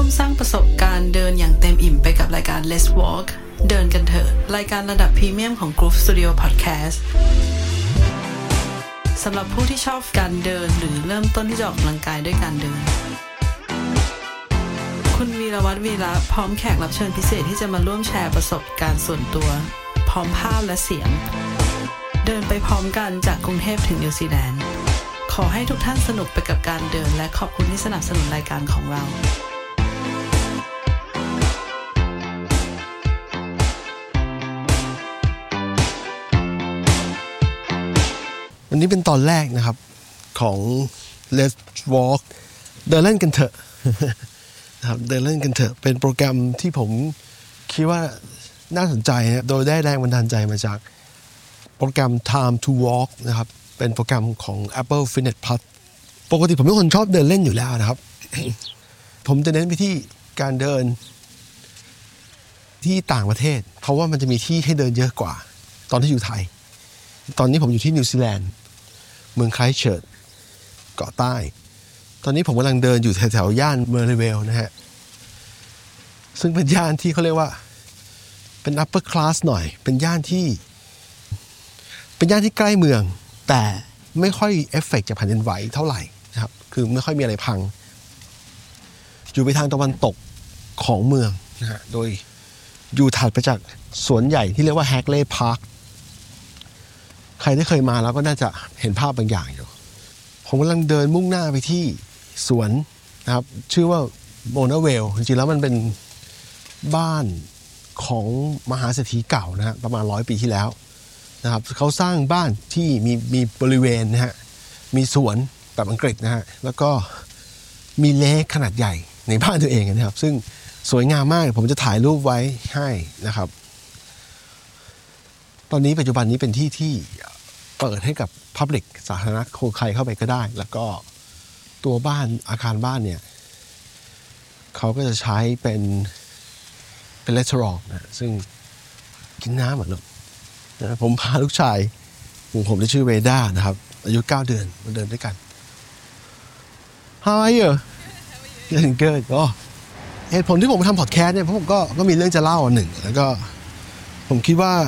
มสร้างประสบการณ์เดินอย่างเต็มอิ่มไปกับรายการ Let's Walk เดินกันเถอะรายการระดับพรีเมียมของ Groove Studio Podcast สำหรับผู้ที่ชอบการเดินหรือเริ่มต้นที่จะออกกำลังกายด้วยการเดินคุณวีรวัฒน์วีระพร้อมแขกรับเชิญพิเศษที่จะมาร่วมแชร์ประสบการณ์ส่วนตัวพร้อมภาพและเสียงเดินไปพร้อมกันจากกรุงเทพถึงนิวซีแลนด์ขอให้ทุกท่านสนุกไปกับการเดินและขอบคุณที่สนับสนุนรายการของเราวันนี้เป็นตอนแรกนะครับของ Let's Walk เดินเล่นกันเถอะนะครับเดินเล่นกันเถอะเป็นโปรแกรมที่ผมคิดว่าน่าสนใจนะโดยได้แรงบันดาลใจมาจากโปรแกรม Time to Walk นะครับเป็นโปรแกรมของ Apple Fitness Plus ปกติผมเป็นคนชอบเดินเล่นอยู่แล้วนะครับ ผมจะเน้นไปที่การเดินที่ต่างประเทศเพราะว่ามันจะมีที่ให้เดินเยอะกว่าตอนที่อยู่ไทยตอนนี้ผมอยู่ที่นิวซีแลนด์เมืองไครสต์เชิร์ชเกาะใต้ตอนนี้ผมกำลังเดินอยู่แถวๆย่านเมอร์เลเวลนะฮะซึ่งเป็นย่านที่เขาเรียกว่าเป็น upper class หน่อยเป็นย่านที่ใกล้เมืองแต่ไม่ค่อยเอฟเฟกต์จากแผ่นดินไหวเท่าไหร่นะครับคือไม่ค่อยมีอะไรพังอยู่ไปทางตะวันตกของเมืองนะฮะโดยอยู่ถัดไปจากสวนใหญ่ที่เรียกว่าแฮกเลย์พาร์คใครที่เคยมาแล้วก็น่าจะเห็นภาพบางอย่างอยู่ผมกำลังเดินมุ่งหน้าไปที่สวนนะครับชื่อว่าโมนาเวลจริงๆแล้วมันเป็นบ้านของมหาเศรษฐีเก่านะฮะประมาณ100 ปีที่แล้วนะครับเขาสร้างบ้านที่มีบริเวณนะฮะมีสวนแบบอังกฤษนะฮะแล้วก็มีเลคขนาดใหญ่ในบ้านตัวเองนะครับซึ่งสวยงามมากผมจะถ่ายรูปไว้ให้นะครับตอนนี้ปัจจุบันนี้เป็นที่เปิดให้กับ Public สาธารณะใครเข้าไปก็ได้แล้วก็ตัวบ้านอาคารบ้านเนี่ยเขาก็จะใช้เป็นรีสอร์ทนะซึ่งกินน้ำเหมือนกันนะผมพาลูกชายของผมที่ชื่อเวด้านะครับอายุ9 เดือนมาเดินด้วยกัน How are you? Good ก็เหตุผลที่ผมทำพอดแคสต์เนี่ยเพราะผมก็มีเรื่องจะเล่าหนึ่งแล้วก็ผมคิดว่า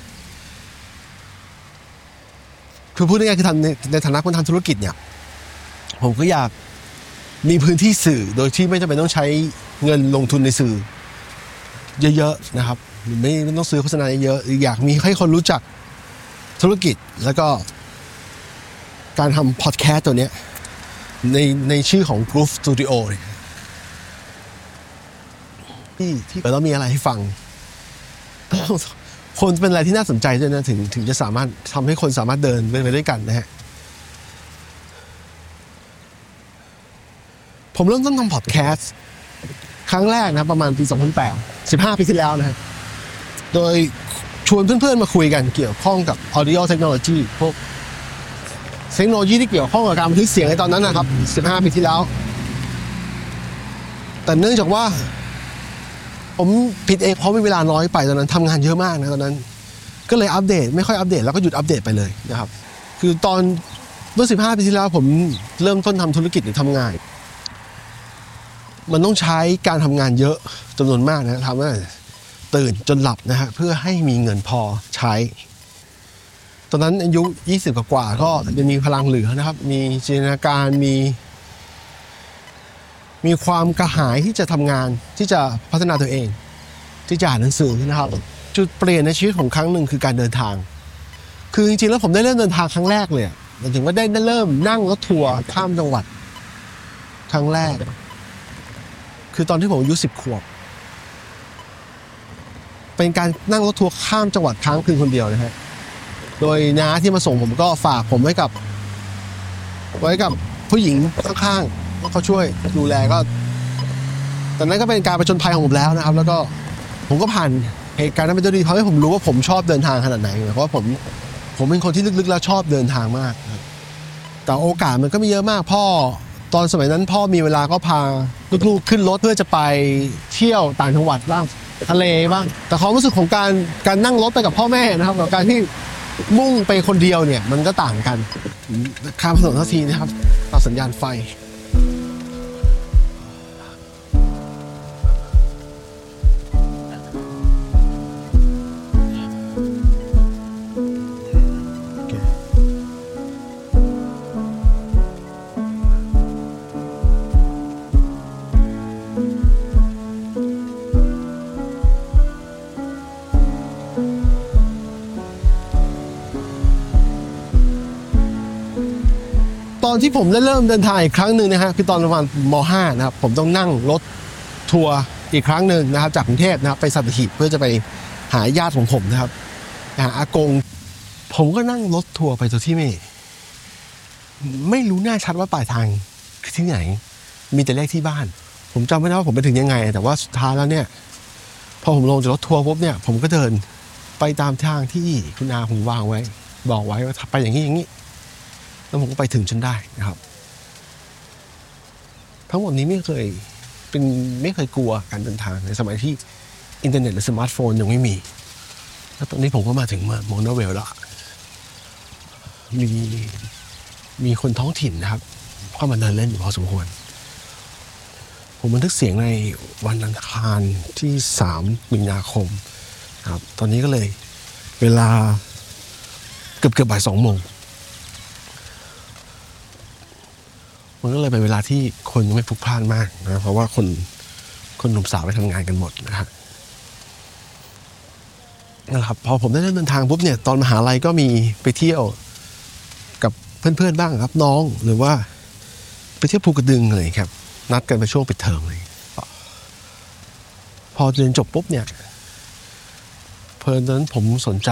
คือพูดง่ายๆคือทำในฐานะคนทำธุรกิจเนี่ยผมก็อยากมีพื้นที่สื่อโดยที่ไม่จำเป็นต้องใช้เงินลงทุนในสื่อเยอะๆนะครับไม่ต้องซื้อโฆษณาเยอะอยากมีให้คนรู้จักธุรกิจแล้วก็การทำพอดแคสต์ตัวเนี้ยในชื่อของ Groove Studio เนี่ยที่เรามีอะไรให้ฟังคนเป็นอะไรที่น่าสนใจด้วยนะถึงจะสามารถทำให้คนสามารถเดินไปด้วยกันนะฮะผมเริ่มต้นทำพอดแคสต์ครั้งแรกนะประมาณปี 2008 15 ปีที่แล้วนะฮะโดยชวนเพื่อนๆมาคุยกันเกี่ยวข้องกับ Audio Technology พวกเทคโนโลยีที่เกี่ยวข้องกับการบันทึกเสียงในตอนนั้นนะครับ15 ปีที่แล้วแต่เนื่องจากว่าผมผิดเองเพราะมีเวลาน้อยไปตอนนั้นทำงานเยอะมากนะตอนนั้นก็เลยอัปเดตไม่ค่อยอัปเดตแล้วก็หยุดอัปเดตไปเลยนะครับคือตอนเมื่อ15 ปีที่แล้วผมเริ่มต้นทำธุรกิจหรือทำงานมันต้องใช้การทำงานเยอะจำนวนมากนะทำให้ตื่นจนหลับนะฮะเพื่อให้มีเงินพอใช้ตอนนั้นอายุ20 กว่าก็จะมีพลังเหลือนะครับมีจินตนาการมีความกระหายที่จะทำงานที่จะพัฒนาตัวเองที่จะอ่านหนังสือนะครับจุดเปลี่ยนในชีวิตของครั้งหนึ่งคือการเดินทางคือจริงๆแล้วผมได้เริ่มเดินทางครั้งแรกเลยหมายถึงว่าได้เริ่มนั่งรถทัวร์ข้ามจังหวัดครั้งแรกคือตอนที่ผมอายุ10 ขวบเป็นการนั่งรถทัวร์ข้ามจังหวัดค้างคืนคนเดียวนะฮะโดยน้าที่มาส่งผมก็ฝากผมไว้กับผู้หญิงข้างๆว่าเขาช่วยดูแลก็แต่นั้นก็เป็นการผจญภัยของผมแล้วนะครับแล้วก็ผมก็ผ่านเหตุการณ์นั้นไปด้วยดีทำให้ผมรู้ว่าผมชอบเดินทางขนาดไหนเพราะว่าผมเป็นคนที่ลึกๆแล้วชอบเดินทางมากแต่โอกาสมันก็ไม่เยอะมากพ่อตอนสมัยนั้นพ่อมีเวลาก็พาลูกๆขึ้นรถเพื่อจะไปเที่ยวต่างจังหวัดบ้างทะเลบ้างแต่ความรู้สึกของการนั่งรถไปกับพ่อแม่นะครับกับการที่มุ่งไปคนเดียวเนี่ยมันก็ต่างกันข้ามถนนทันทีนะครับต่อสัญญาณไฟอนที่ผมได้เริ่มเดินทางอีกครั้งหนึ่งนะฮะคือตอนประมาณม.5 นะครับผมต้องนั่งรถทัวร์อีกครั้งหนึ่งนะครับจากกรุงเทพนะครับไปสัตหีบเพื่อจะไปหาญาติของผมนะครับหาอากงผมก็นั่งรถทัวร์ไปตัวที่ไม่รู้แน่ชัดว่าปลายทางคือที่ไหนมีแต่เลขที่บ้านผมจำไม่ได้ว่าผมไปถึงยังไงแต่ว่าสุดท้ายแล้วเนี่ยพอผมลงจากรถทัวร์ปุ๊บเนี่ยผมก็เดินไปตามทางที่คุณอาผมวางไว้บอกไว้ว่าไปอย่างนี้อย่างนี้แล้วผมก็ไปถึงจนได้นะครับทั้งหมดนี้ไม่เคยกลัวการเดินทางในสมัยที่อินเทอร์เน็ตหรือสมาร์ทโฟนยังไม่มีแล้วตอนนี้ผมก็มาถึงโมโนเวลแล้วมีคนท้องถิ่นนะครับเข้ามาเดินเล่นอยู่พอสมควรผมบันทึกเสียงในวันอังคารที่3 มีนาคมครับตอนนี้ก็เลยเวลาเกือบบ่าย 2 โมงมันก็เลยเป็นเวลาที่คนยังไม่พลุกพล่านมากนะเพราะว่าคนหนุ่มสาวไปทำงานกันหมดนะครับพอผมได้เดินทางปุ๊บเนี่ยตอนมหาลัยก็มีไปเที่ยวกับเพื่อนๆบ้างครับน้องหรือว่าไปเที่ยวภูกระดึงอะไรครับนัดกันไปช่วงปิดเทอมเลยพอเรียนจบปุ๊บเนี่ยเพลินตอนนั้นผมสนใจ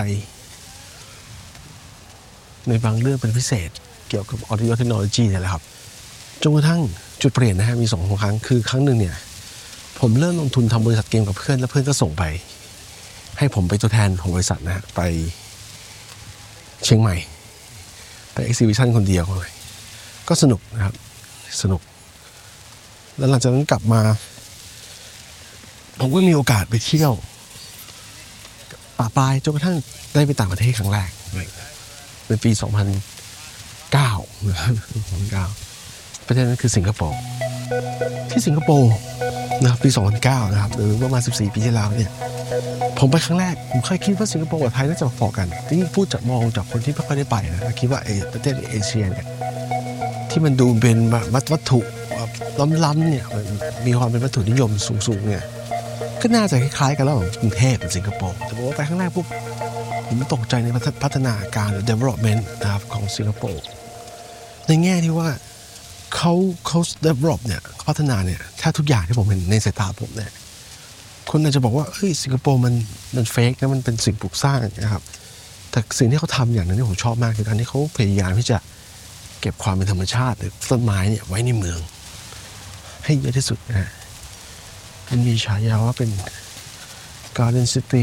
ในบางเรื่องเป็นพิเศษเกี่ยวกับ Audio Technology เนี่ยแหละครับจนกระทั่งจุดเปลี่ยนนะฮะมี2 ครั้งคือครั้งหนึ่งเนี่ยผมเริ่มลงทุนทำบริษัทเกมกับเพื่อนแล้วเพื่อนก็ส่งไปให้ผมไปตัวแทนของบริษัทนะฮะไปเชียงใหม่ไป Exhibition คนเดียวเลยก็สนุกนะครับสนุกแล้วหลังจากนั้นกลับมาผมก็มีโอกาสไปเที่ยวป่าปลายจนกระทั่งได้ไปต่างประเทศครั้งแรกเป็นปี 2009 ประเทศนั้นคือสิงคโปร์ที่สิงคโปร์นะครับปี 2009 นะครับหรือประมาณ14 ปีที่แล้วเนี่ยผมไปครั้งแรกผมเคยคิดว่าสิงคโปร์กับไทยน่าจะพอกันที่พูดจากมองจากคนที่ไม่ค่อยได้ไปนะคิดว่าประเทศเอเชียเนี่ยที่มันดูเป็นวัตถุล้ำๆเนี่ยมีความเป็นวัตถุนิยมสูงๆเนี่ยก็น่าจะคล้ายๆกันแล้วกรุงเทพกับสิงคโปร์แต่พอไปครั้งแรกปุ๊บผมตกใจในพัฒนาการหรือ development นะครับของสิงคโปร์ในแง่ที่ว่าเขา develop เนี่ยพัฒนาเนี่ยแทบทุกอย่างที่ผมเห็นในสายตาผมเนี่ยคนอาจจะบอกว่าเฮ้ยสิงคโปร์มันเฟกนะมันเป็นสิ่งปลูกสร้างนะครับแต่สิ่งที่เขาทำอย่างนึงที่ผมชอบมากคือการที่เขาพยายามที่จะเก็บความเป็นธรรมชาติหรือต้นไม้เนี่ยไว้ในเมืองให้เยอะที่สุดนะมันมีฉายาว่าเป็น Garden City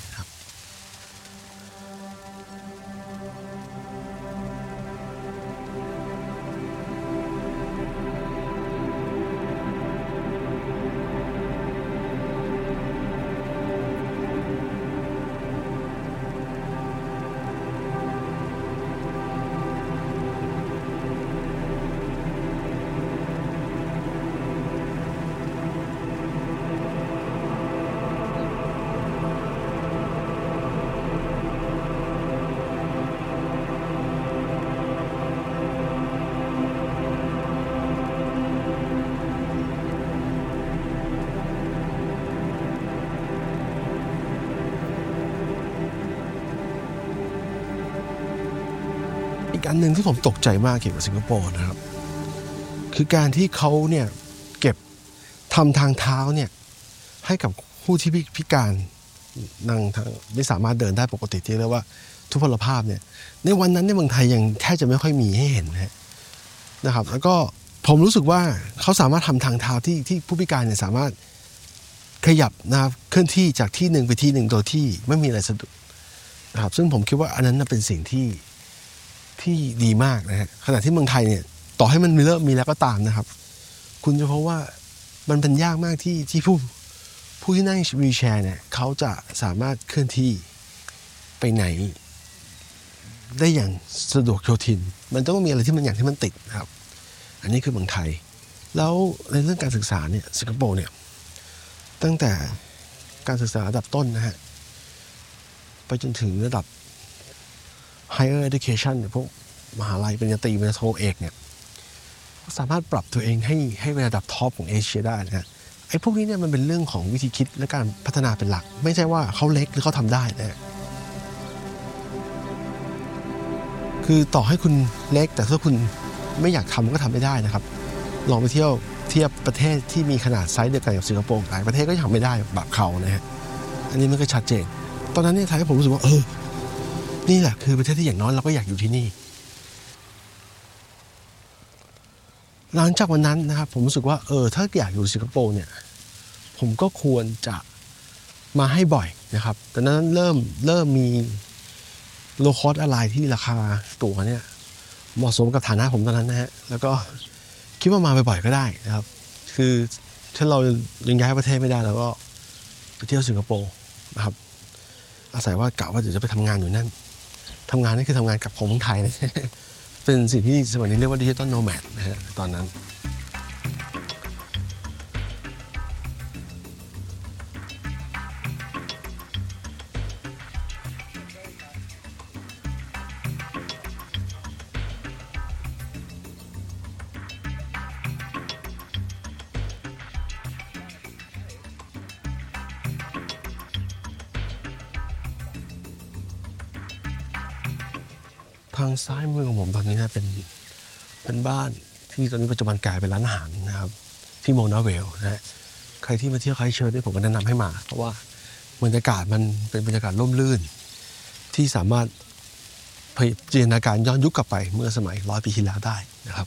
อีกอันหนึ่งที่ผมตกใจมากเกี่ยวกับสิงคโปร์นะครับคือการที่เขาเนี่ยเก็บทำทางเท้าเนี่ยให้กับผู้ที่พิการนั่งทางไม่สามารถเดินได้ปกติที่เรียกว่าทุพพลภาพเนี่ยในวันนั้นในเมืองไทยยังแทบจะไม่ค่อยมีให้เห็นนะครับแล้วก็ผมรู้สึกว่าเขาสามารถทำทางเท้าที่ผู้พิการเนี่ยสามารถขยับนะครับเคลื่อนที่จากที่หนึ่งไปที่หนึ่งโดยที่ไม่มีอะไรสะดุดนะครับซึ่งผมคิดว่าอันนั้นเป็นสิ่งที่ดีมากนะฮะขณะที่เมืองไทยเนี่ยต่อให้มันมีแล้วก็ตามนะครับคุณจะพบว่ามันเป็นยากมากที่ผู้ที่นั่งวีลแชร์เนี่ยเขาจะสามารถเคลื่อนที่ไปไหนได้อย่างสะดวกโยทินมันต้องมีอะไรที่มันติดนะครับอันนี้คือเมืองไทยแล้วในเรื่องการศึกษาเนี่ยสิงคโปร์เนี่ยตั้งแต่การศึกษาระดับต้นนะฮะไปจนถึงระดับhigher education เนี่ยพวกมหาลัยปริญญาตรีปริญญาโทเอกเนี่ยสามารถปรับตัวเองให้เป็นระดับท็อปของเอเชียได้นะไอ้พวกนี้เนี่ยมันเป็นเรื่องของวิธีคิดและการพัฒนาเป็นหลักไม่ใช่ว่าเขาเล็กหรือเขาทำได้นะคือต่อให้คุณเล็กแต่ถ้าคุณไม่อยากทำก็ทำไม่ได้นะครับลองไปเทียบประเทศที่มีขนาดไซส์เดียวกันกับสิงคโปร์หลายประเทศก็ทำไม่ได้แบบเขานะฮะอันนี้มันก็ชัดเจนตอนนั้นเนี่ยทำให้ผมรู้สึกว่านี่แหละคือประเทศที่อย่างน้อยเราก็อยากอยู่ที่นี่หลังจากวันนั้นนะครับผมรู้สึกว่าถ้าอยากอยู่สิงคโปร์เนี่ยผมก็ควรจะมาให้บ่อยนะครับตอนนั้นเริ่มมีโลคอสอะไรที่ราคาตั๋วเนี่ยเหมาะสมกับฐานะผมตอนนั้นนะฮะแล้วก็คิดว่ามาบ่อยๆก็ได้นะครับคือถ้าเรายังย้ายประเทศไม่ได้เราก็ไปเที่ยวสิงคโปร์นะครับอาศัยว่ากะว่าเดี๋ยวจะไปทำงานอยู่นั่นทำงานนี่คือทำงานกับของเมืองไทยนะเป็นสิ่งที่สมัยนี้เรียกว่าดิจิตอลโนแมดนะฮะตอนนั้นทางซ้ายมือของผมตอนนี้นะเป็นบ้านที่ตอนนี้ปัจจุบันกลายเป็นร้านอาหารนะครับที่โมนาเวลนะฮะใครที่มาเที่ยวไคเชิร์ดผมก็แนะนำให้มาเพราะว่าบรรยากาศมันเป็นบรรยากาศร่มรื่นที่สามารถจินตนาการย้อนยุคกลับไปเมื่อสมัย100 ปีที่แล้วได้นะครับ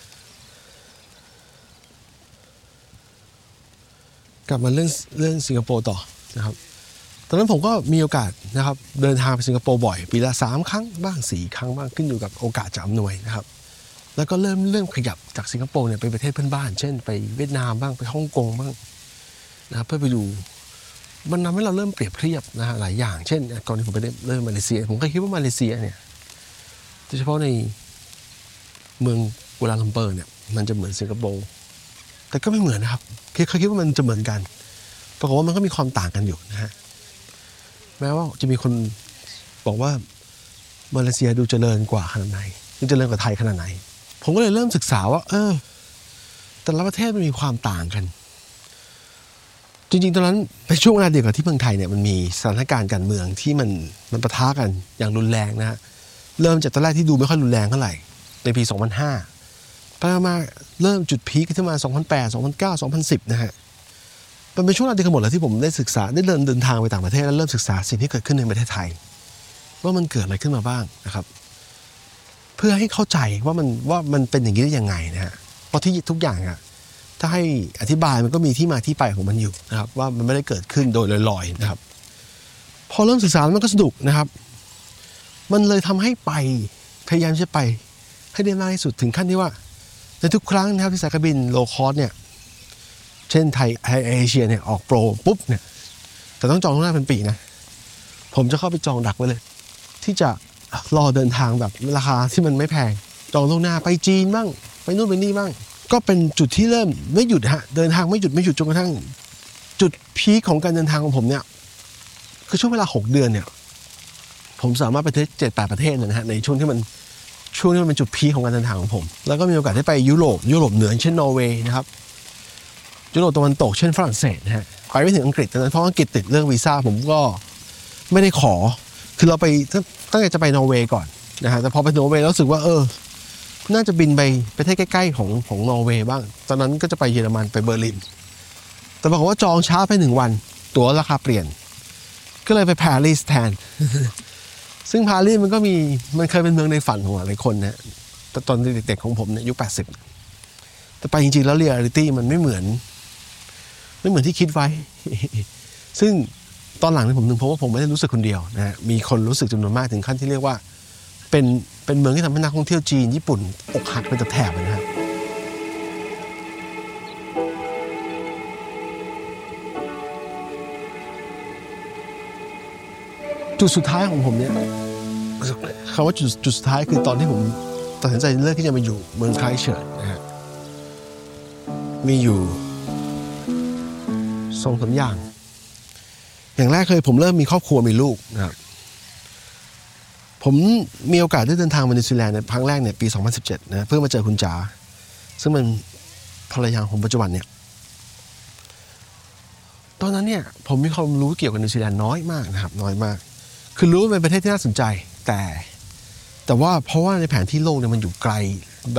กลับมาเรื่องสิงคโปร์ต่อนะครับตอนนั้นผมก็มีโอกาสนะครับเดินทางไปสิงคโปร์บ่อยปีละ3 ครั้งบ้าง4 ครั้งบ้างขึ้นอยู่กับโอกาสจะอำนวยนะครับแล้วก็เริ่มขยับจากสิงคโปร์เนี่ยไปประเทศเพื่อนบ้านเช่นไปเวียดนามบ้างไปฮ่องกงบ้างนะครับเพื่อไปดูมันทำให้เราเริ่มเปรียบเทียบนะฮะหลายอย่างเช่นก่อนที่ผมไปเริ่มมาเลเซียผมก็คิดว่ามาเลเซียเนี่ยโดยเฉพาะในเมืองกัวลาลัมเปอร์เนี่ยมันจะเหมือนสิงคโปร์แต่ก็ไม่เหมือนนะครับเคยคิดว่ามันจะเหมือนกันปรากฏว่ามันก็มีความต่างกันอยู่นะฮะแม้ว่าจะมีคนบอกว่ามาเลเซียดูเจริญกว่าขนาดไหนดูเจริญกว่าไทยขนาดไหนผมก็เลยเริ่มศึกษาว่าแต่ละประเทศมันมีความต่างกันจริงๆตอนนั้นในช่วงเวลาเดียวกับที่เมืองไทยเนี่ยมันมีสถานการณ์การเมืองที่มันปะทะกันอย่างรุนแรงนะฮะเริ่มจากตอนแรกที่ดูไม่ค่อยรุนแรงเท่าไหร่ในปี 2005 ไปมาเริ่มจุดพีคขึ้นมา 2008 2009 2010 นะฮะมันเป็นช่วงเวลาเดียวกันหมดเลยที่ผมได้ศึกษาได้เดินทางไปต่างประเทศแล้วเริ่มศึกษาสิ่งที่เกิดขึ้นในประเทศไทยว่ามันเกิดอะไรขึ้นมาบ้างนะครับเพื่อให้เข้าใจว่ามันเป็นอย่างนี้ได้ยังไงนะฮะเพราะที่ทุกอย่างอะถ้าให้อธิบายมันก็มีที่มาที่ไปของมันอยู่นะครับว่ามันไม่ได้เกิดขึ้นโดยลอยๆนะครับพอเริ่มศึกษาแล้วมันก็สนุกนะครับมันเลยทำให้พยายามจะไปให้ได้มากที่สุดถึงขั้นที่ว่าในทุกครั้งนะครับที่สายการบินโลคอสเนี่ยเช่นไทยเอเชียเนี่ยออกโปรปุ๊บเนี่ยแต่ต้องจองล่วงหน้าเป็นปีนะผมจะเข้าไปจองดักไว้เลยที่จะรอเดินทางแบบราคาที่มันไม่แพงจองล่วงหน้าไปจีนบ้างไปนู่นไปนี่บ้างก็เป็นจุดที่เริ่มไม่หยุดฮะเดินทางไม่หยุดจนกระทั่งจุดพีคของการเดินทางของผมเนี่ยคือช่วงเวลา6 เดือนเนี่ยผมสามารถไปที่ 7-8 ประเทศนะฮะในช่วงที่มันเป็นจุดพีคของการเดินทางของผมแล้วก็มีโอกาสได้ไปยุโรปเหนือเช่นนอร์เวย์นะครับยุโรปตะวันตกเช่นฝรั่งเศสนะฮะไปไม่ถึงอังกฤษเพราะอังกฤษติดเรื่องวีซ่าผมก็ไม่ได้ขอคือเราไปตั้งใจจะไปนอร์เวย์ก่อนนะฮะแต่พอไปนอร์เวย์แล้วรู้สึกว่าน่าจะบินไปประเทศใกล้ๆของนอร์เวย์บ้างตอนนั้นก็จะไปเยอรมันไปเบอร์ลินแต่บอกว่าจองช้าไป1 วันตั๋วราคาเปลี่ยนก็เลยไปปารีสแทน ซึ่งปารีสมันเคยเป็นเมืองในฝันของหลายคนนะแต่ตอนเด็กๆของผมเนี่ยยุค80แต่ไปจริงๆแล้วเรียลิตี้มันไม่เหมือนที่คิดไว้ ซึ่งตอนหลังนี่ผมนึกเพราะว่าผมไม่ได้รู้สึกคนเดียวนะฮะมีคนรู้สึกจำนวนมากถึงขั้นที่เรียกว่าเป็นเมืองที่ทำให้นักท่องเที่ยวจีนญี่ปุ่นอกหักเป็นแถบๆเลยนะครับจุดสุดท้ายของผมเนี่ยคำว่าจุดสุดท้ายคือตอนที่ผมตัดสินใจเลือกที่จะมาอยู่เมืองไคเฉิร์ตนะฮะมีอยู่2-3 อย่างแรกเลยผมเริ่มมีครอบครัวมีลูกนะครับผมมีโอกาสได้เดินทางมานิวซีแลนด์ในครั้งแรกเนี่ยปี 2017 นะเพื่อมาเจอคุณจ๋าซึ่งเป็นภรรยาของปัจจุบันเนี่ยตอนนั้นเนี่ยผมมีความรู้เกี่ยวกับนิวซีแลนด์น้อยมากนะครับน้อยมากคือรู้ว่าเป็นประเทศที่น่าสนใจแต่ว่าเพราะว่าในแผนที่โลกเนี่ยมันอยู่ไกลแบบ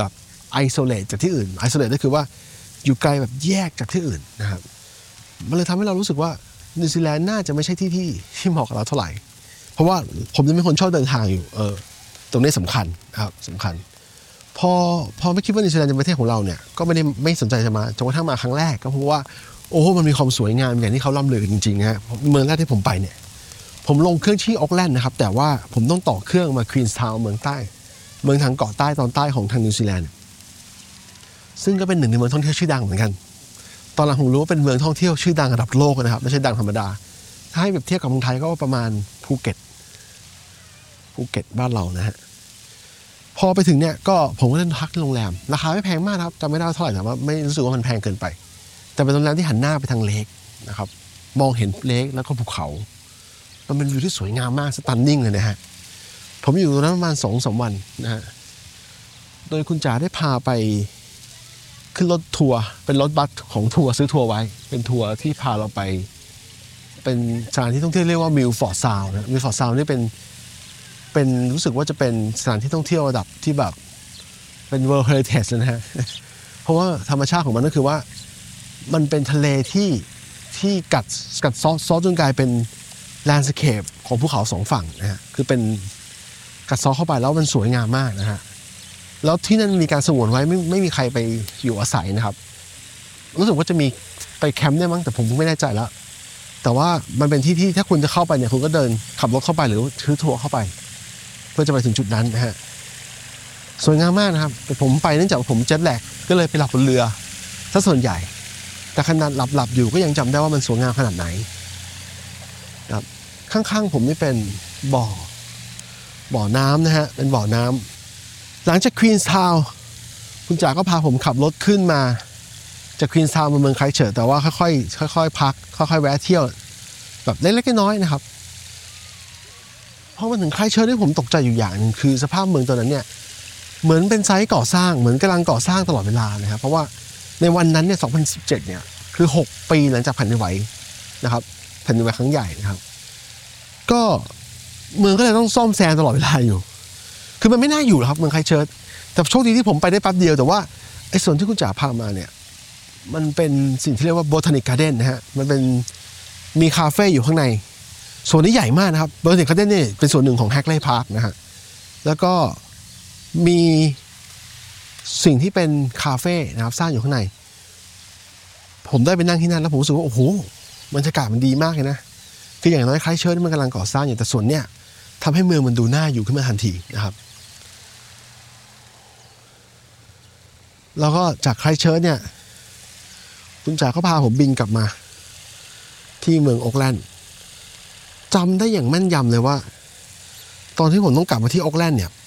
ไอโซเลตจากที่อื่นไอโซเลตก็คือว่าอยู่ไกลแบบแยกจากที่อื่นนะครับมันเลยทำให้เรารู้สึกว่านิวซีแลนด์น่าจะไม่ใช่ที่เหมาะกับเราเท่าไหร่เพราะว่าผมจะเป็นคนชอบเดินทางอยู่ตรงนี้สำคัญนะครับสำคัญพอไม่คิดว่านิวซีแลนด์จะเป็นประเทศของเราเนี่ยก็ไม่สนใจจะมาจนกระทั่งมาครั้งแรกก็เพราะว่าโอ้โหมันมีความสวยงามอย่างที่เขาล่ำลือจริงๆฮะเมืองแรกที่ผมไปเนี่ยผมลงเครื่องที่ออกแลนด์นะครับแต่ว่าผมต้องต่อเครื่องมาควีนส์ทาวน์เมืองใต้เมืองทางเกาะใต้ตอนใต้ของทางนิวซีแลนด์ซึ่งก็เป็นหนึ่งในเมืองท่องเที่ยวชื่อดังเหมือนกันตอนหลังผมรู้ว่าเป็นเมืองท่องเที่ยวชื่อดังระดับโลกนะครับไม่ใช่ดังธรรมดาถ้าให้แบบเทียบกับเมืองไทยก็ประมาณภูเก็ตบ้านเรานะฮะพอไปถึงเนี่ยก็ผมก็เล่นพักที่โรงแรมราคาไม่แพงมากครับจำไม่ได้เท่าไหร่แต่ว่าไม่รู้สึกว่ามันแพงเกินไปแต่เป็นโรงแรมที่หันหน้าไปทางเลคนะครับมองเห็นเลคแล้วก็ภูเขามันเป็นวิวที่สวยงามมากสตันนิ่งเลยนะฮะผมอยู่ตรงนั้นประมาณ 2-3 วันนะฮะโดยคุณจ๋าได้พาไปขึ้นรถทัวร์เป็นรถบัสของทัวร์ซื้อทัวร์ไว้เป็นทัวร์ที่พาเราไปเป็นสถานที่ท่องเที่ยวเรียกว่ามิลฟอร์ดซาวน์นะมิลฟอร์ดซาวน์นี่เป็นรู้สึกว่าจะเป็นสถานที่ท่องเที่ยวระดับที่แบบเป็น World Heritage เลยนะฮะเพราะว่าธรรมชาติของมันก็คือว่ามันเป็นทะเลที่กัดซอจนกลายเป็นแลนด์สเคปของภูเขาสองฝั่งนะฮะคือเป็นกัดซอเข้าไปแล้วมันสวยงามมากนะฮะแล้วที่นั่นมีการสงวนไว้ไม่มีใครไปอยู่อาศัยนะครับรู้สึกว่าจะมีไปแคมป์ได้มั้งแต่ผมไม่แน่ใจแล้วแต่ว่ามันเป็นที่ถ้าคุณจะเข้าไปเนี่ยคุณก็เดินขับรถเข้าไปหรือซื้อทัวร์เข้าไปเพื่อจะไปถึงจุดนั้นนะฮะสวยงามมากนะครับแต่ผมไปเนื่องจากผมเจ็ตแลกก็เลยไปหลับบนเรือซะส่วนใหญ่แต่ขนาดหลับอยู่ก็ยังจำได้ว่ามันสวยงามขนาดไหนครับข้างๆผมนี่เป็นบ่อน้ำนะฮะเป็นบ่อน้ำหลังจากควีนส์ทาวน์คุณจ๋าก็พาผมขับรถขึ้นมาจากควีนส์ทาวน์มาเมืองไครสต์เชิร์ชแต่ว่าค่อยพักค่อยแวะเที่ยวแบบเล็กๆน้อยๆนะครับพอมาถึงไครสต์เชิร์ชที่ผมตกใจอยู่อย่างนึงคือสภาพเมืองตัวนั้นเนี่ยเหมือนเป็นไซต์ก่อสร้างเหมือนกำลังก่อสร้างตลอดเวลานะครับเพราะว่าในวันนั้นเนี่ย2017เนี่ยคือ6 ปีหลังจากแผ่นดินไหวนะครับแผ่นดินไหวครั้งใหญ่นะครับก็เมืองก็เลยต้องซ่อมแซมตลอดเวลาอยู่คือมันไม่น่าอยู่หรอกครับเมืองไครสต์เชิร์ชแต่โชคดีที่ผมไปได้แป๊บเดียวแต่ว่าไอ้ส่วนที่คุณจ๋าพามาเนี่ยมันเป็นสิ่งที่เรียกว่า Botanic Garden นะฮะมันเป็นมีคาเฟ่อยู่ข้างในส่วนนี้ใหญ่มากนะครับ Botanic Garden นี่เป็นส่วนหนึ่งของ Hagley Park นะฮะแล้วก็มีสิ่งที่เป็นคาเฟ่นะครับสร้างอยู่ข้างในผมได้ไปนั่งที่นั่นแล้วผมรู้สึกว่าโอ้โหบรรยากาศมันดีมากเลยนะคืออย่างน้อยไครสต์เชิร์ชมันกำลังก่อสร้างอยู่แต่ส่วนเนี้ยทำให้เมืองมันดูน่าอยู่ขึ้นมาทันทีนะครับแล้วก็จากไครสต์เชิร์ชเนี่ยคุณจ๋าก็พาผมบินกลับมาที่เมืองโอ๊คแลนด์จำได้อย่างแม่นยำเลยว่าตอนที่ผมต้องกลับมาที่โอ๊คแลนด์เนี่ย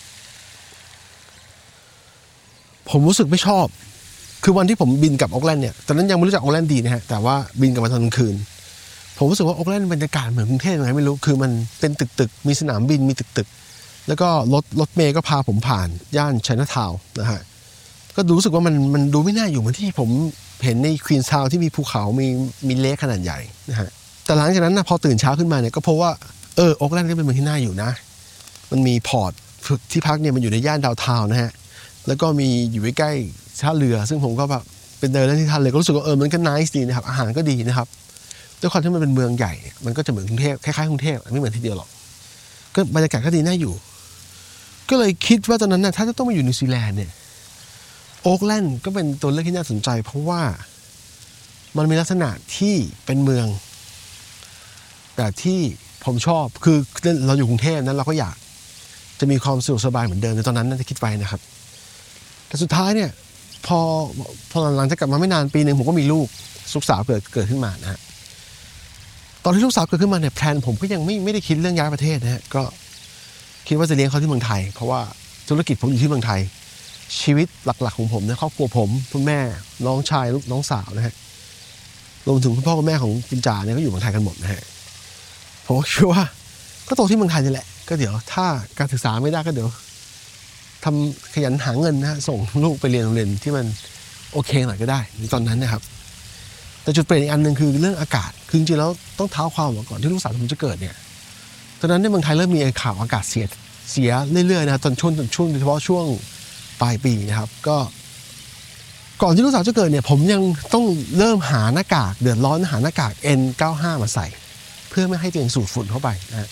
ผมรู้สึกไม่ชอบคือวันที่ผมบินกลับโอ๊คแลนด์เนี่ยตอนนั้นยังไม่รู้จักโอ๊คแลนด์ดีนะฮะแต่ว่าบินกลับมาตอนกลางคืนผมรู้สึกว่าโอ๊คแลนด์บรรยากาศเหมือนกรุงเทพยังไงไม่รู้คือมันเป็นตึกมีสนามบินมีตึกแล้วก็รถเมล์ก็พาผมผ่านย่านไชน่าทาวน์นะฮะก็รู้สึกว่ามันดูไม่น่าอยู่เหมือนที่ผมเห็นในควีนส์ทาวน์ที่มีภูเขามีเลคขนาดใหญ่นะฮะแต่หลังจากนั้นนะพอตื่นเช้าขึ้นมาเนี่ยก็พบว่าโอ๊คแลนด์ก็เป็นเมืองที่น่าอยู่นะมันมีพอร์ตที่พักเนี่ยมันอยู่ในย่านดาวน์ทาวน์นะฮะแล้วก็มีอยู่ใกล้ๆท่าเรือซึ่งผมก็แบบเป็นเดินเล่นที่ท่าเรือก็รู้สึกว่ามันก็น่าดีนะครับอาหารก็ดีนะครับด้วยความที่มันเป็นเมืองใหญ่มันก็จะเหมือนกรุงเทพคล้ายๆกรุงเทพไม่เหมือนที่เดียวหรอกก็บรรยากาศก็ดีน่าอยู่ก็เลยคิดว่าตอนนั้นนะถ้าจะต้องมาอยู่นิวซีแลนด์เนี่ยโอ๊คแลนด์ก็เป็นตัวเลือกที่น่าสนใจเพราะว่ามันมีลักษณะที่เป็นเมืองแต่ที่ผมชอบคือเราอยู่กรุงเทพนั้นเราก็อยากจะมีความสะดวกสบายเหมือนเดิมในตอนนั้นน่าจะคิดไว้นะครับแต่สุดท้ายเนี่ยพอหลังจากกลับมาไม่นานปีนึงผมก็มีลูกสาวเกิดขึ้นมานะฮะตอนที่ลูกสาวเกิดขึ้นมาเนี่ยแพลนผมก็ยังไม่ได้คิดเรื่องย้ายประเทศนะฮะก็คิดว่าจะเลี้ยงเขาที่เมืองไทยเพราะว่าธุรกิจผมอยู่ที่เมืองไทยชีวิตหลักๆของผมในครอบครัวผมคุณแม่น้องชายน้องสาวนะฮะรวมถึงคุณพ่อคุณแม่ของคุณจ๋าเนี่ยก็อยู่เมืองไทยกันหมดนะฮะผมก็คิดว่าก็โตที่เมืองไทยนี่แหละก็เดี๋ยวถ้าการศึกษาไม่ได้ก็เดี๋ยวทำขยันหาเงินนะฮะส่งลูกไปเรียนโรงเรียนที่มันโอเคหน่อยก็ได้ในตอนนั้นนะครับแต่จุดเปลี่ยนอีกอันนึงคือเรื่องอากาศคือจริงๆแล้วต้องเท้าความก่อนที่ลูกสาวผมจะเกิดเนี่ยตอนนั้นในเมืองไทยเริ่มมีข่าวอากาศเสียเรื่อยๆนะตอนช่วงโดยเฉพาะช่วงปลายปีนะครับก็ก่อนที่ลูกสาวจะเกิดเนี่ยผมยังต้องเริ่มหาหน้ากากเดือดร้อนหาหน้ากาก N95 มาใส่เพื่อไม่ให้ตัวเองสูดฝุ่นเข้าไปนะ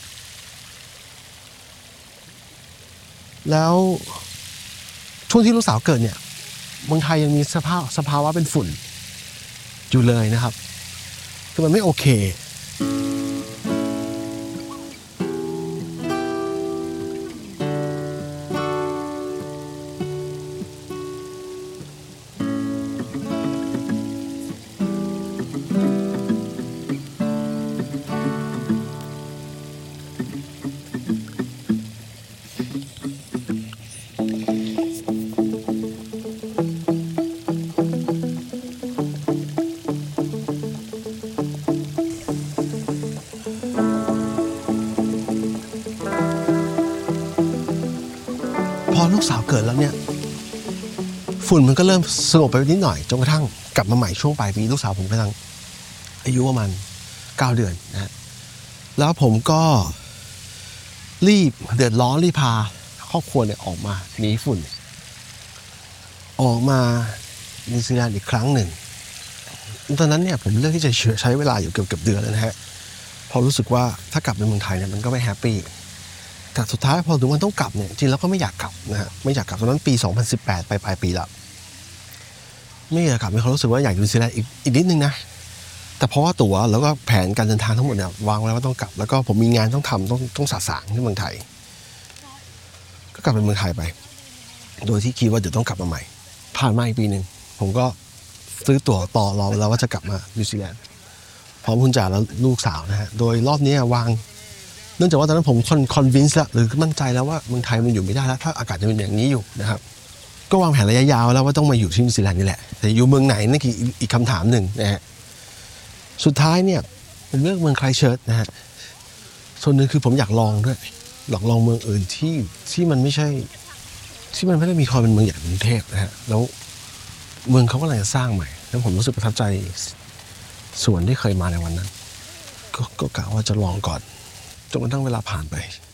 แล้วช่วงที่ลูกสาวเกิดเนี่ยเมืองไทยยังมีสภาวะเป็นฝุ่นอยู่เลยนะครับคือมันไม่โอเคพอลูกสาวเกิดแล้วเนี่ยฝุ่นมันก็เริ่มสงบไปนิดหน่อยจนกระทั่งกลับมาใหม่ช่วงปลายปีลูกสาวผมกำลังอายุประมาณ9 เดือนนะแล้วผมก็รีบเดือดร้อนรีบพาครอบครัวเนี่ยออกมาหนีฝุ่นออกมานิวซีแลนด์อีกครั้งหนึ่งตอนนั้นเนี่ยผมเลือกที่จะใช้เวลาอยู่เกือบเดือนแล้วนะฮะพอรู้สึกว่าถ้ากลับไปเมืองไทยเนี่ยมันก็ไม่แฮปปี้แต่สุดท้ายพอถึงวันต้องกลับเนี่ยจริงแล้วก็ไม่อยากกลับนะฮะไม่อยากกลับตอนนั้นปี2018ไปปลายปีแล้วไม่อยากกลับมีความรู้สึกว่าอยากอยู่นิวซีแลนด์อีกนิดนึงนะแต่เพราะว่าตั๋วแล้วก็แผนการเดินทางทั้งหมดเนี่ยวางไว้แล้วว่าต้องกลับแล้วก็ผมมีงานต้องทำต้องสะสางที่เมืองไทยก็กลับไปเมืองไทยไปโดยที่คิดว่าเดี๋ยวต้องกลับมาใหม่ผ่านมาอีกปีนึงผมก็ซื้อตั๋วต่อรอแล้วว่าจะกลับมานิวซีแลนด์พร้อมคุณจ๋าและลูกสาวนะฮะโดยรอบนี้วางเนื่องจากว่าตอนนั้นผมคอนวินส์แล้วหรือมั่นใจแล้วว่าเมืองไทยมันอยู่ไม่ได้แล้วถ้าอากาศจะเป็นอย่างนี้อยู่นะครับก็วางแผนระยะยาวแล้วว่าต้องมาอยู่ที่นิวซีแลนด์นี่แหละแต่อยู่เมืองไหนนั่นคืออีกคำถามหนึ่งนะฮะสุดท้ายเนี่ยเป็นเรื่องเมืองไครสต์เชิร์ชนะฮะส่วนหนึ่งคือผมอยากลองด้วยอยากลองเมืองอื่นที่มันไม่ใช่ที่มันไม่ได้มีความเป็นเมืองใหญ่กรุงเทพนะฮะแล้วเมืองเขากำลังจะสร้างใหม่แล้วผมรู้สึกประทับใจส่วนที่เคยมาในวันนั้นก็กะว่าจะลองก่อนจนกระทั่งเวลาผ่านไป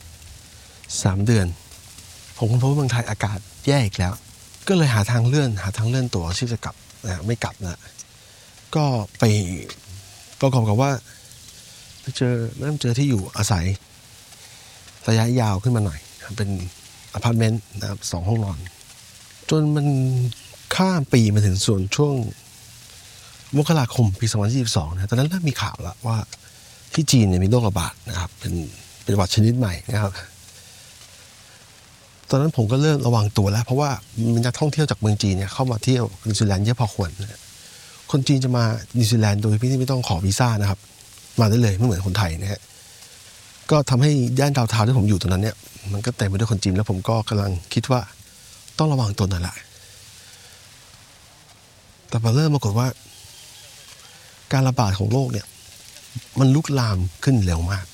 3 เดือนผมพบว่าเมืองไทยอากาศแย่อีกแล้วก็เลยหาทางเลื่อนตั๋วที่จะกลับนะไม่กลับนะก็ไปประกอบกับว่าเริ่มเจอที่อยู่อาศัยระยะยาวขึ้นมาหน่อยเป็นอพาร์ตเมนต์นะครับ2 ห้องนอนจนมันข้ามปีมาถึงส่วนช่วงมกราคมปี2022นะตอนนั้นเริ่มมีข่าวแล้วว่าที่จีนเนี่ยมีโรคระบาดนะครับเป็นหวัดชนิดใหม่นะครับตอนนั้นผมก็เริ่มระวังตัวแล้วเพราะว่ามีนักท่องเที่ยวจากเมืองจีนเนี่ยเข้ามาเที่ยวนิวซีแลนด์เยอะพอควรคนจีนจะมานิวซีแลนด์โดยที่ไม่ต้องขอวีซ่านะครับมาได้เลยไม่เหมือนคนไทยนะฮะก็ทำให้ย่านดาวน์ทาวน์ที่ผมอยู่ตอนนั้นเนี่ยมันก็เต็มไปด้วยคนจีนแล้วผมก็กำลังคิดว่าต้องระวังตัวนั่นแหละแต่พอเริ่มปรากฏว่าการระบาดของโรคเนี่ยมันลุกลามขึ้นเร็วมาก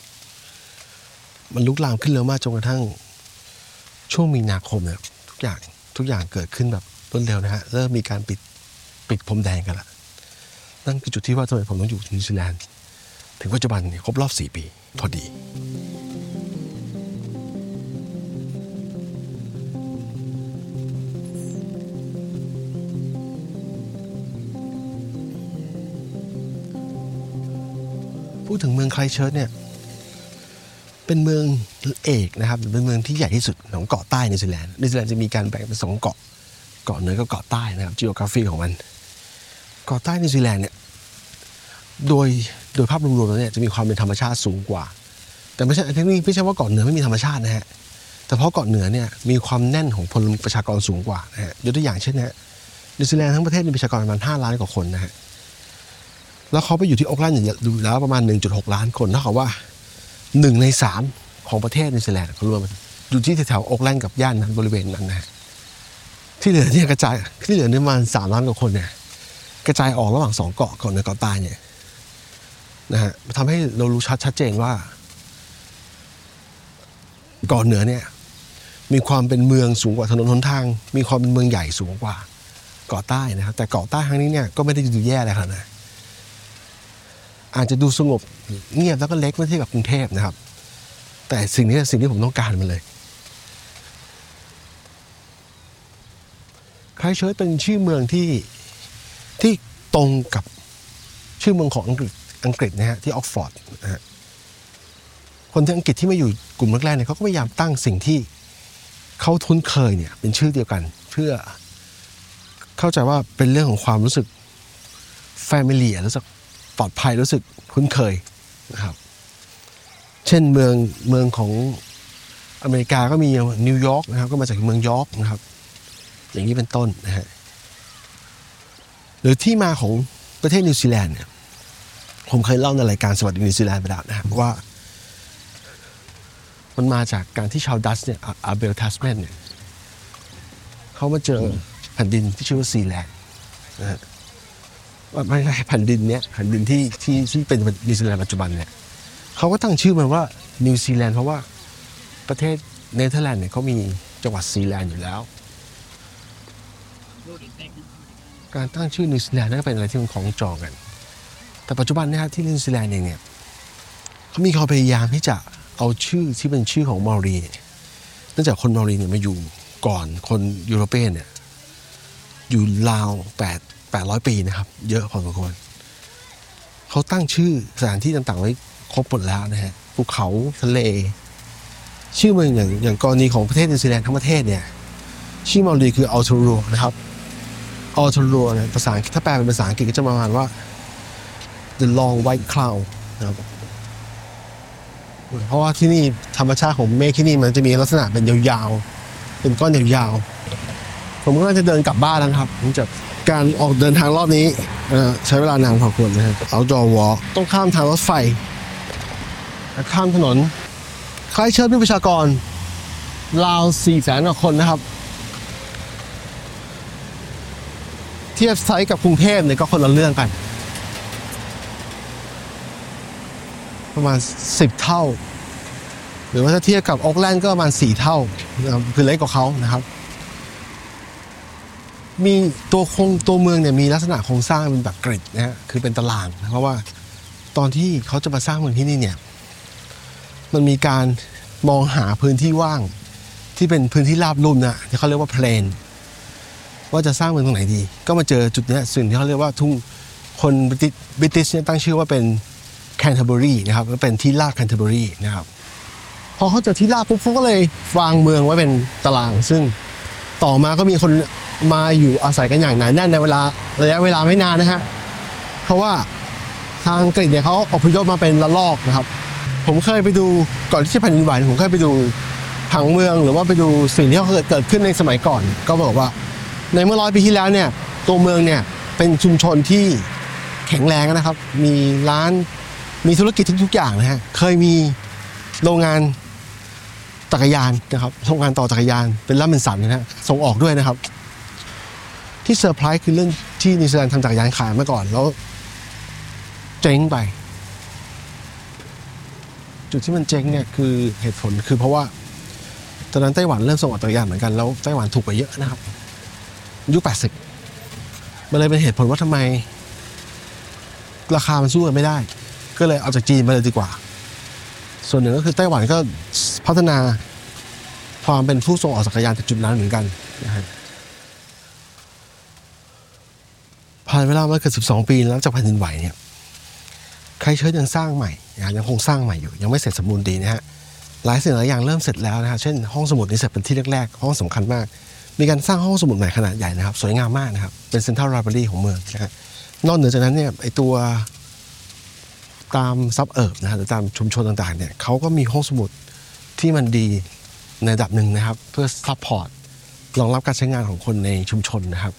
จนกระทั่งช่วงมีนาคมเนี่ยทุกอย่างเกิดขึ้นแบบรวดเร็วนะฮะเริ่มมีการปิดพรมแดงกันละนั่นคือจุดที่ว่าทำไมผมต้องอยู่นิวซีแลนด์ถึงปัจจุบันเนี่ยครบรอบ4 ปีพอดีพูดถึงเมืองไครสต์เชิร์ชเนี่ยเป็นเมืองเอกนะครับเป็นเมืองที่ใหญ่ที่สุดของเกาะใต้นิวซีแลนด์จะมีการแบ่งเป็น2 เกาะเหนือกับเกาะใต้นะครับ geography ของมันเกาะใต้นิวซีแลนด์เนี่ยโดยภาพรวมๆแล้วเนี่ยจะมีความเป็นธรรมชาติสูงกว่าแต่ไม่ใช่ว่าเกาะเหนือไม่มีธรรมชาตินะฮะแต่เพราะเกาะเหนือเนี่ยมีความแน่นของประชากรสูงกว่านะฮะยกตัวอย่างเช่นนะนิวซีแลนด์ทั้งประเทศมีประชากรประมาณ5 ล้านกว่าคนนะฮะแล้วเขาไปอยู่ที่โอ๊คแลนด์อยู่แล้วประมาณ 1.6 ล้านคนเท่ากับว่า1 ใน 3ของประเทศนิวซีแลนด์เขารวมอยู่ที่แถวโอ๊คแลนด์กับย่านนั้นบริเวณนั้นนะที่เหลือเนี่ยกระจายที่เหลือเนี่ยประมาณ3 ล้านกว่าคนเนี่ยกระจายออกระหว่าง2 เกาะเหนือเกาะใต้เนี่ยนะฮะทำให้เรารู้ชัดเจนว่าเกาะเหนือเนี่ยมีความเป็นเมืองสูงกว่าถนนหนทางมีความเป็นเมืองใหญ่สูงกว่าเกาะใต้นะครับแต่เกาะใต้ครั้งนี้เนี่ยก็ไม่ได้ดูแย่เลยครับนะอาจจะดูสงบเงียบแล้วก็เล็กเมื่อเทียบกับกรุงเทพนะครับแต่สิ่งที่ผมต้องการมันเลยไครสต์เชิร์ชเป็นชื่อเมืองที่ตรงกับชื่อเมืองของอังกฤษนะฮะที่ออกฟอร์ดนะฮะคนที่อังกฤษที่มาอยู่กลุ่มแรกๆเนี่ยเขาก็พยายามตั้งสิ่งที่เขาคุ้นเคยเนี่ยเป็นชื่อเดียวกันเพื่อเข้าใจว่าเป็นเรื่องของความรู้สึกแฟมิลี่รู้สึกปลอดภัยรู้สึกคุ้นเคยนะครับเช่นเมืองของอเมริกาก็มีนิวยอร์กนะครับก็มาจากเมืองยอร์กนะครับอย่างนี้เป็นต้นนะฮะหรือที่มาของประเทศนิวซีแลนด์เนี่ยผมเคยเล่าในรายการสวัสดีนิวซีแลนด์ไปแล้วนะครับว่ามันมาจากการที่ชาวดัตช์เนี่ยอาเบลทัสแมนเนี่ยเขามาเจอแผ่นดินที่ชื่อว่าซีแลนด์นะฮะไม่ใช่แผ่นดินเนี้ยแผ่นดินที่เป็นนิวซีแลนด์ปัจจุบันเนี่ยเขาก็ตั้งชื่อมันว่านิวซีแลนด์เพราะว่าประเทศเนเธอร์แลนด์เนี่ยเขามีจังหวัดซีแลนด์อยู่แล้วการตั้งชื่อนิวซีแลนด์นั่นก็เป็นอะไรที่มันของจองกันแต่ปัจจุบันนะครับที่นิวซีแลนด์เองเนี่ยเขามีความพยายามที่จะเอาชื่อที่เป็นชื่อของมอรีเนื่องจากคนมอรีเนี่ยมาอยู่ก่อนคนยุโรเปียนเนี่ยอยู่ราว800 ปีนะครับเยอะพอสมควรเขาตั้งชื่อสถานที่ต่างๆไว้ครบหมดแล้วนะฮะภูเขาทะเลชื่อเมืองอย่างกรณีของประเทศนิวซีแลนด์ทั้งประเทศเนี่ยชื่อมอรีคืออัลโทโรนะครับอัลโทโรเนี่ยภาษาถ้าแปลเป็นภาษาอังกฤษก็จะประมาณว่า the long white cloud นะครับเพราะว่าที่นี่ธรรมชาติของเมฆที่นี่มันจะมีลักษณะเป็นยาวๆเป็นก้อนยาวๆผมก็น่าจะเดินกลับบ้านแล้วครับจากการออกเดินทางรอบนี้ใช้เวลานานพอควรนะครับเอาจอวอล์กต้องข้ามทางรถไฟข้ามถนนไครสต์เชิร์ชมีประชากรราว 400,000 กว่าคนนะครับเทียบไซส์กับกรุงเทพเนี่ยก็คนละเรื่องกันประมาณ10 เท่าหรือว่าถ้าเทียบกับโอ๊คแลนด์ก็ประมาณ4 เท่านะครับคือเล็กกว่าเขานะครับมีตัวเมืองเนี่ยมีลักษณะโครงสร้างเป็นแบบกริดนะฮะคือเป็นตารางเพราะว่าตอนที่เขาจะมาสร้างเมืองที่นี่เนี่ยมันมีการมองหาพื้นที่ว่างที่เป็นพื้นที่ราบลุ่มนะที่เขาเรียกว่าเพลนว่าจะสร้างเมืองตรงไหนดีก็มาเจอจุดนี้สิ่งที่เขาเรียกว่าทุ่งคนบริติชเนี่ยตั้งชื่อว่าเป็นแคนเทอร์เบอรีนะครับก็เป็นที่ราบแคนเทอร์เบอรีนะครับพอเขาเจอที่ราบปุ๊บเขาก็เลยวางเมืองไว้เป็นตารางซึ่งต่อมาก็มีคนมาอยู่อาศัยกันอย่างหนาแน่นในระยะเวลาไม่นานนะฮะเพราะว่าทางอังกฤษเนี่ยเขาอพยพมาเป็นระลอกนะครับผมเคยไปดูก่อนที่จะแผ่นดินไหวผมเคยไปดูผังเมืองหรือว่าไปดูสิ่งที่เกิดขึ้นในสมัยก่อนก็บอกว่าในเมื่อ100 ปีที่แล้วเนี่ยตัวเมืองเนี่ยเป็นชุมชนที่แข็งแรงนะครับมีร้านมีธุรกิจทุกอย่างนะฮะเคยมีโรงงานจักรยานนะครับโรงงานต่อจักรยานเป็นล่ำเป็นสันนะฮะส่งออกด้วยนะครับที่เซอร์ไพรส์คือเรื่องที่นิวซีแลนด์ทำจักรยานขายมาก่อนแล้วเจ๊งไปจุดที่มันเจ๊งเนี่ยคือเหตุผลคือเพราะว่าตอนนั้นไต้หวันเริ่มส่งออกจักรยานเหมือนกันแล้วไต้หวันถูกกว่าเยอะนะครับยุค80มันเลยเป็นเหตุผลว่าทำไมราคามันสู้กันไม่ได้ก็เลยเอาจากจีนมาเลยดีกว่าส่วนหนึ่งก็คือไต้หวันก็พัฒนาความเป็นผู้ส่งออกจักรยานจากจุดนั้นเหมือนกันนะฮะผ่านเวลามาเกือบ12 ปีแล้วจากแผ่นดินไหวเนี่ยไครสต์เชิร์ชยังสร้างใหม่ยังคงสร้างใหม่อยู่ยังไม่เสร็จสมบูรณ์ดีนะฮะหลายสิ่งหลายอย่างเริ่มเสร็จแล้วนะฮะเช่นห้องสมุดนี่เสร็จเป็นที่แรกๆห้องสำคัญมากมีการสร้างห้องสมุดใหม่ขนาดใหญ่นะครับสวยงามมากนะครับเป็นเซ็นทรัลไลบรารีของเมืองนะฮะนอกเหนือจากนั้นเนี่ยไอตัวตามซับเอิร์บนะฮะหรือตามชุมชนต่างๆเนี่ยเขาก็มีห้องสมุดที่มันดีในระดับหนึ่งนะครับเพื่อซัพพอร์ตรองรับการใช้งานของคนในชุมชนนะครับ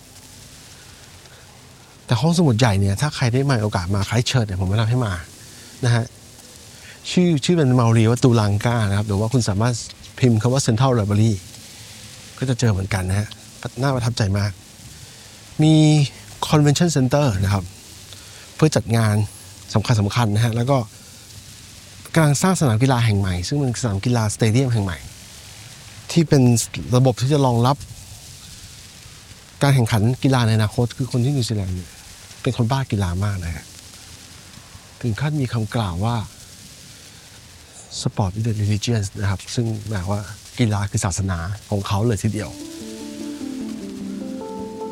แต่ห้องสมุดใหญ่เนี่ยถ้าใครได้มาโอกาสมาไครสต์เชิร์ชเนี่ยผมแนะนำให้มานะฮะชื่อเป็นมารีว่าตูลังกานะครับหรือว่าคุณสามารถพิมพ์คำว่า Central Library ก็จะเจอเหมือนกันนะฮะน่าประทับใจมากมี Convention Center นะครับเพื่อจัดงานสำคัญนะฮะแล้วก็กำลังสร้างสนามกีฬาแห่งใหม่ซึ่งเป็นสนามกีฬาสเตเดียมแห่งใหม่ที่เป็นระบบที่จะรองรับการแข่งขันกีฬาในอนาคตคือคนที่นิวซีแลนด์เป็นคนบ้ากีฬามากนะฮะถึงขั้นมีคำกล่าวว่า Sport is the religion นะครับซึ่งหมายว่ากีฬาคือศาสนาของเขาเลยทีเดียว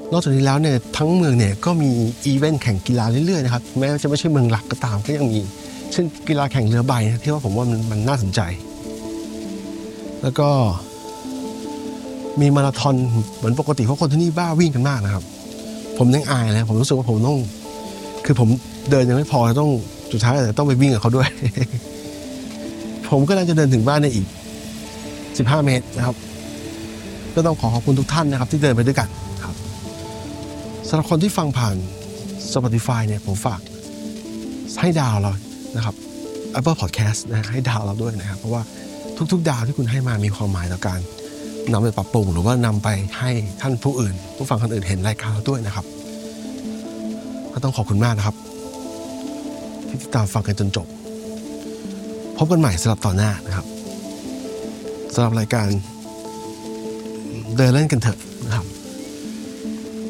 นอกจากนี้แล้วเนี่ยทั้งเมืองเนี่ยก็มีอีเวนต์แข่งกีฬาเรื่อยๆนะครับแม้จะไม่ใช่เมืองหลักก็ตามก็ยังมีเช่นกีฬาแข่งเรือใบนะที่ว่าผมว่ามันน่าสนใจแล้วก็มีมาราธอนเหมือนปกติเพราะคนที่นี่บ้าวิ่งกันมากนะครับผมยังอายเลยผมรู้สึกว่าผมต้องคือผมเดินยังไม่พอต้องสุดท้ายแต่ต้องไปวิ่งกับเขาด้วย ผมก็น่าจะเดินถึงบ้านในอีก15 เมตรนะครับก็ต้องขอบคุณทุกท่านนะครับที่เดินไปด้วยกันครับสำหรับคนที่ฟังผ่าน Spotify เนี่ยผมฝากให้ดาวเรานะครับ Apple Podcast นะให้ดาวเราด้วยนะครับเพราะว่าทุกๆดาวที่คุณให้มามีความหมายต่อการนำไปปรับปรุงหรือว่านำไปให้ท่านผู้อื่นผู้ฟังคนอื่นเห็นรายการเราด้วยนะครับก็ต้องขอบคุณมากนะครับที่ติดตามฟังกันจนจบพบกันใหม่สำหรับตอนหน้านะครับสำหรับรายการเดินเล่นกันเถอะนะครับ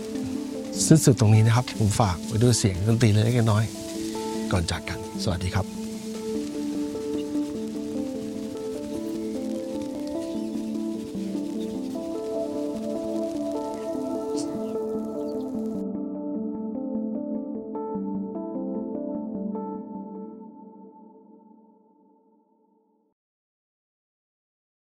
สิ้นสุดตรงนี้นะครับผมฝากไว้ด้วยเสียงดนตรีเล็กๆน้อยๆก่อนจากกันสวัสดีครับ